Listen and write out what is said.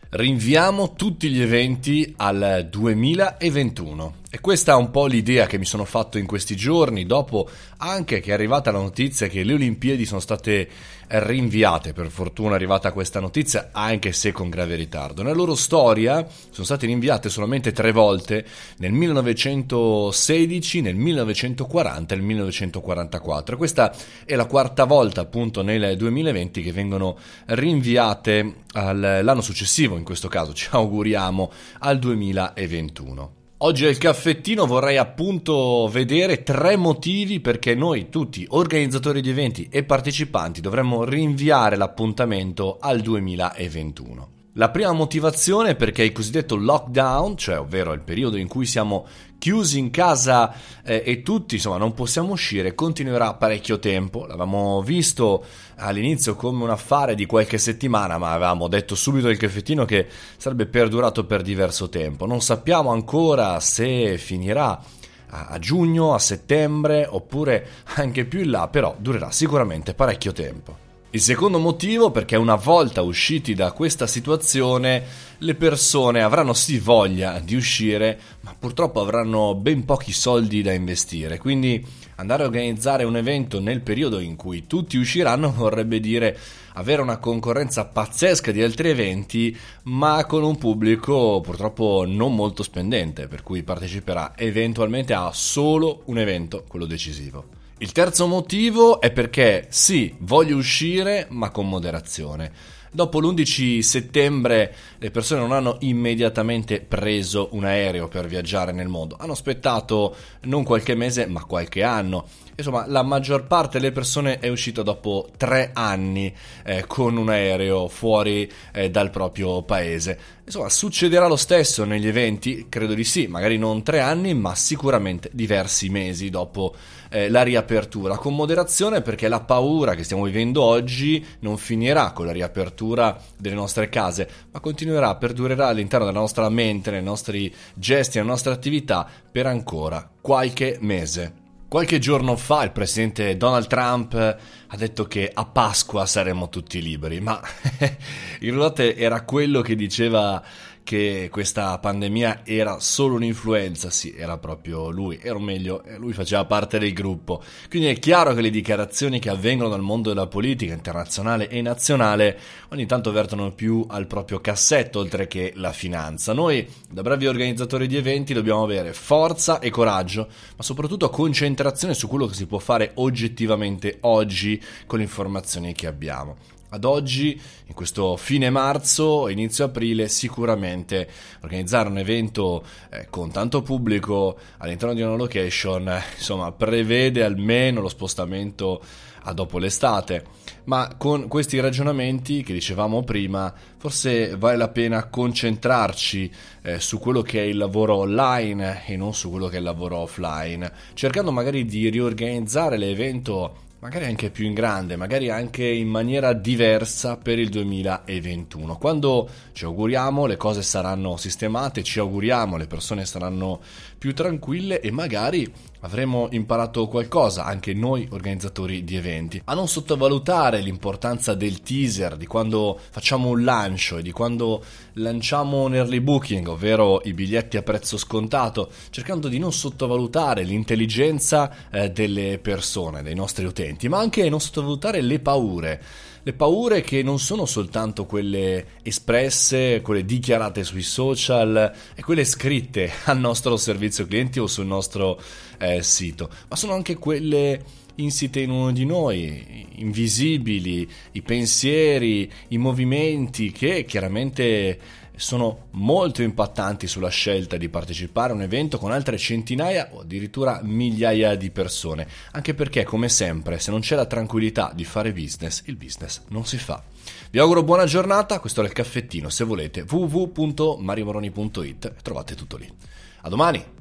Rinviamo tutti gli eventi al 2021 e questa è un po' l'idea che mi sono fatto in questi giorni, dopo anche che è arrivata la notizia che le Olimpiadi sono state rinviate. Per fortuna è arrivata questa notizia, anche se con grave ritardo. Nella loro storia sono state rinviate solamente 3 volte, nel 1916, nel 1940 e nel 1944. Questa è la 4ª volta appunto nel 2020 che vengono rinviate all'anno successivo, in questo caso ci auguriamo al 2021. Oggi al caffettino vorrei appunto vedere 3 motivi perché noi tutti, organizzatori di eventi e partecipanti, dovremmo rinviare l'appuntamento al 2021. La prima motivazione è perché il cosiddetto lockdown, cioè ovvero il periodo in cui siamo chiusi in casa e tutti insomma non possiamo uscire, continuerà parecchio tempo. L'avevamo visto all'inizio come un affare di qualche settimana, ma avevamo detto subito al caffettino che sarebbe perdurato per diverso tempo. Non sappiamo ancora se finirà a giugno, a settembre oppure anche più in là, però durerà sicuramente parecchio tempo. Il secondo motivo perché una volta usciti da questa situazione le persone avranno sì voglia di uscire, ma purtroppo avranno ben pochi soldi da investire, quindi andare a organizzare un evento nel periodo in cui tutti usciranno vorrebbe dire avere una concorrenza pazzesca di altri eventi, ma con un pubblico purtroppo non molto spendente, per cui parteciperà eventualmente a solo un evento, quello decisivo. Il terzo motivo è perché sì, voglio uscire, ma con moderazione. Dopo l'11 settembre le persone non hanno immediatamente preso un aereo per viaggiare nel mondo, hanno aspettato non qualche mese ma qualche anno. Insomma, la maggior parte delle persone è uscita dopo 3 anni con un aereo fuori dal proprio paese. Insomma, succederà lo stesso negli eventi? Credo di sì, magari non 3 anni, ma sicuramente diversi mesi dopo la riapertura, con moderazione perché la paura che stiamo vivendo oggi non finirà con la riapertura delle nostre case, ma continuerà, perdurerà all'interno della nostra mente, nei nostri gesti, nelle nostre attività per ancora qualche mese. Qualche giorno fa il presidente Donald Trump ha detto che a Pasqua saremmo tutti liberi, ma in realtà era quello che diceva che questa pandemia era solo un'influenza. Sì, era proprio lui, o meglio, lui faceva parte del gruppo. Quindi è chiaro che le dichiarazioni che avvengono dal mondo della politica internazionale e nazionale ogni tanto vertono più al proprio cassetto oltre che la finanza. Noi, da bravi organizzatori di eventi, dobbiamo avere forza e coraggio, ma soprattutto concentrazione su quello che si può fare oggettivamente oggi con le informazioni che abbiamo. Ad oggi, in questo fine marzo, inizio aprile, sicuramente organizzare un evento con tanto pubblico all'interno di una location, insomma, prevede almeno lo spostamento a dopo l'estate. Ma con questi ragionamenti che dicevamo prima, forse vale la pena concentrarci su quello che è il lavoro online e non su quello che è il lavoro offline, cercando magari di riorganizzare l'evento magari anche più in grande, magari anche in maniera diversa per il 2021. Quando ci auguriamo le cose saranno sistemate, ci auguriamo le persone saranno più tranquille e magari avremo imparato qualcosa, anche noi organizzatori di eventi, a non sottovalutare l'importanza del teaser, di quando facciamo un lancio e di quando lanciamo un early booking, ovvero i biglietti a prezzo scontato, cercando di non sottovalutare l'intelligenza delle persone, dei nostri utenti, ma anche non sottovalutare le paure che non sono soltanto quelle espresse, quelle dichiarate sui social e quelle scritte al nostro servizio clienti o sul nostro sito, ma sono anche quelle insite in uno di noi, invisibili, i pensieri, i movimenti che chiaramente sono molto impattanti sulla scelta di partecipare a un evento con altre centinaia o addirittura migliaia di persone, anche perché come sempre se non c'è la tranquillità di fare business, il business non si fa. Vi auguro buona giornata, questo era il caffettino, se volete www.mariomoroni.it, trovate tutto lì. A domani!